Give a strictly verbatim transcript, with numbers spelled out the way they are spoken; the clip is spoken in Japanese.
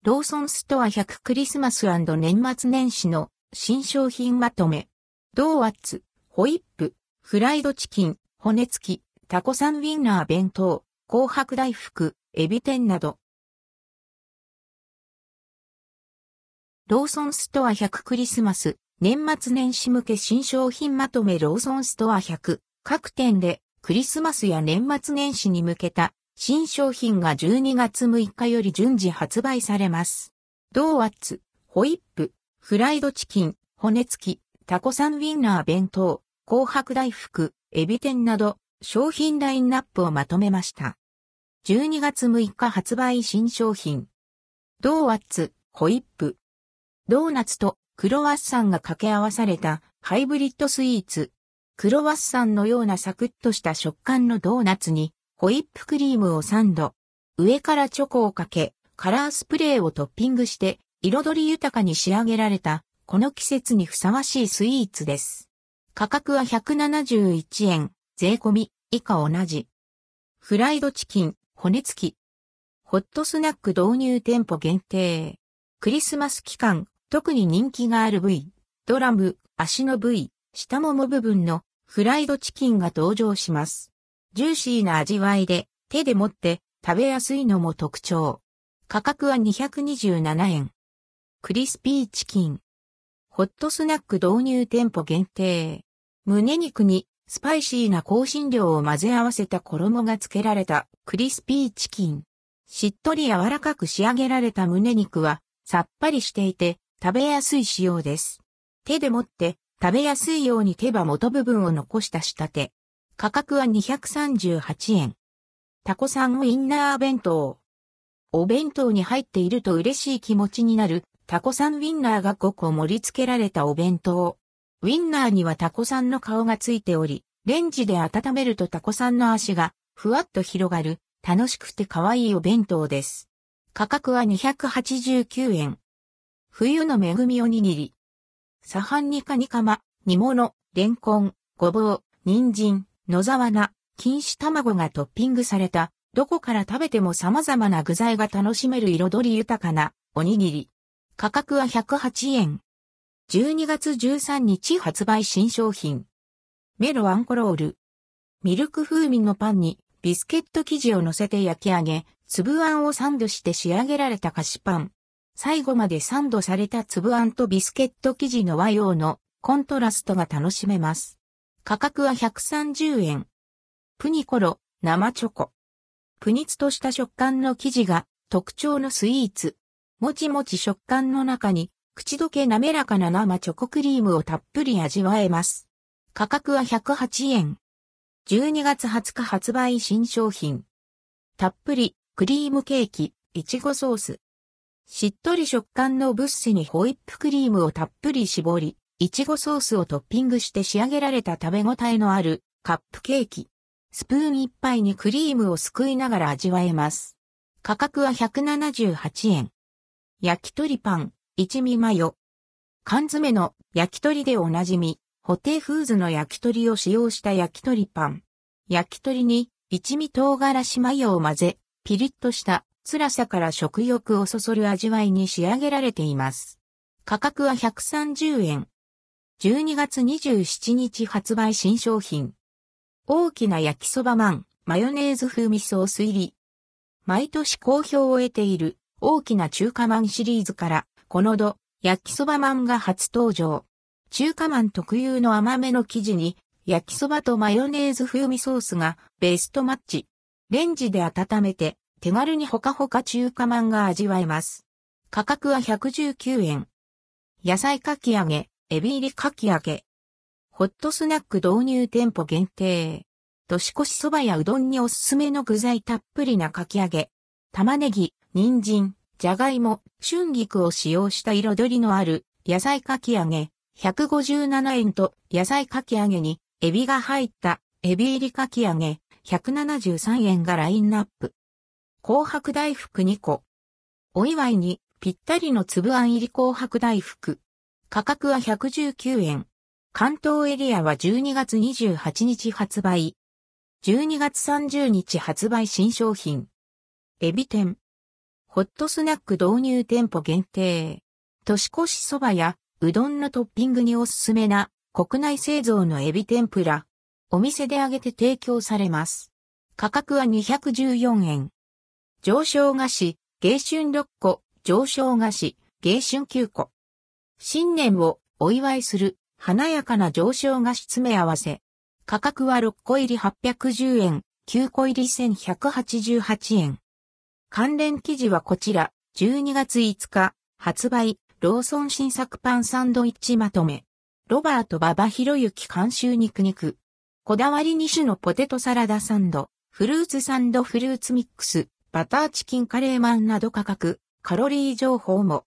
ローソンストアひゃくクリスマス&年末年始の新商品まとめ。ドーワッツ、ホイップ、フライドチキン、骨付き、タコさんウィンナー弁当、紅白大福、エビ天など。ローソンストアひゃくクリスマス、年末年始向け新商品まとめローソンストアひゃく。各店でクリスマスや年末年始に向けた新商品がじゅうにがつむいかより順次発売されます。ドーワッツ、ホイップ、フライドチキン、骨付き、タコさんウィンナー弁当、紅白大福、エビ天など商品ラインナップをまとめました。じゅうにがつむいか発売新商品。ドーワッツ、ホイップ。ドーナツとクロワッサンが掛け合わされたハイブリッドスイーツ。クロワッサンのようなサクッとした食感のドーナツにホイップクリームをサンド。上からチョコをかけ、カラースプレーをトッピングして彩り豊かに仕上げられたこの季節にふさわしいスイーツです。価格はひゃくななじゅういちえん、税込み以下同じ。フライドチキン、骨付き。ホットスナック導入店舗限定。クリスマス期間、特に人気がある部位、ドラム、足の部位、下もも部分のフライドチキンが登場します。ジューシーな味わいで手で持って食べやすいのも特徴。価格はにひゃくにじゅうななえん。クリスピーチキン。ホットスナック導入店舗限定。胸肉にスパイシーな香辛料を混ぜ合わせた衣が付けられたクリスピーチキン。しっとり柔らかく仕上げられた胸肉はさっぱりしていて食べやすい仕様です。手で持って食べやすいように手羽元部分を残した仕立て。価格はにひゃくさんじゅうはちえん。タコさんウィンナー弁当。お弁当に入っていると嬉しい気持ちになるタコさんウィンナーがごこ盛り付けられたお弁当。ウィンナーにはタコさんの顔がついており、レンジで温めるとタコさんの足がふわっと広がる楽しくて可愛いお弁当です。価格はにひゃくはちじゅうきゅうえん。冬の恵みおにぎり。サハンにカニカマ、煮物、レンコン、ごぼう、人参、野沢菜、錦糸卵がトッピングされた、どこから食べても様々な具材が楽しめる彩り豊かなおにぎり。価格はひゃくはちえん。じゅうにがつじゅうさんにち発売新商品。メロあんこロール。ミルク風味のパンにビスケット生地を乗せて焼き上げ、粒あんをサンドして仕上げられた菓子パン。最後までサンドされた粒あんとビスケット生地の和洋のコントラストが楽しめます。価格はひゃくさんじゅうえん。プニコロ、生チョコ。プニツとした食感の生地が特徴のスイーツ。もちもち食感の中に口どけ滑らかな生チョコクリームをたっぷり味わえます。価格はひゃくはちえん。じゅうにがつはつか発売新商品。たっぷりクリームケーキ、いちごソース。しっとり食感のブッセにホイップクリームをたっぷり絞り、いちごソースをトッピングして仕上げられた食べ応えのあるカップケーキ。スプーンいっぱいにクリームをすくいながら味わえます。価格はひゃくななじゅうはちえん。焼き鳥パン、一味マヨ。缶詰の焼き鳥でおなじみ、ホテイフーズの焼き鳥を使用した焼き鳥パン。焼き鳥に一味唐辛子マヨを混ぜ、ピリッとした辛さから食欲をそそる味わいに仕上げられています。価格はひゃくさんじゅうえん。じゅうにがつにじゅうしちにち発売新商品。大きな焼きそばまん、マヨネーズ風味ソース入り。毎年好評を得ている大きな中華まんシリーズから、この度、焼きそばまんが初登場。中華まん特有の甘めの生地に、焼きそばとマヨネーズ風味ソースがベストマッチ。レンジで温めて、手軽にほかほか中華まんが味わえます。価格はひゃくじゅうきゅうえん。野菜かき揚げ、エビ入りかき揚げ。ホットスナック導入店舗限定。年越しそばやうどんにおすすめの具材たっぷりなかき揚げ。玉ねぎ、人参、じゃがいも、春菊を使用した彩りのある野菜かき揚げ。ひゃくごじゅうななえんと野菜かき揚げにエビが入ったエビ入りかき揚げ。ひゃくななじゅうさんえんがラインナップ。紅白大福にこ。お祝いにぴったりの粒あん入り紅白大福。価格はひゃくじゅうきゅうえん。関東エリアはじゅうにがつにじゅうはちにち発売。じゅうにがつさんじゅうにち発売新商品。エビ天。 ホットスナック導入店舗限定。年越しそばやうどんのトッピングにおすすめな国内製造のエビ天ぷら。お店で揚げて提供されます。価格はにひゃくじゅうよんえん。上昇菓子、迎春ろっこ、上昇菓子、迎春きゅうこ。新年をお祝いする華やかな上昇菓子詰め合わせ。価格はろっこ入りはっぴゃくじゅうえん、きゅうこ入りせんひゃくはちじゅうはちえん。関連記事はこちら、じゅうにがついつか、発売、ローソン新作パンサンドイッチまとめ。ロバート馬場博之監修肉肉。こだわりに種のポテトサラダサンド、フルーツサンドフルーツミックス、バターチキンカレーマンなど価格、カロリー情報も。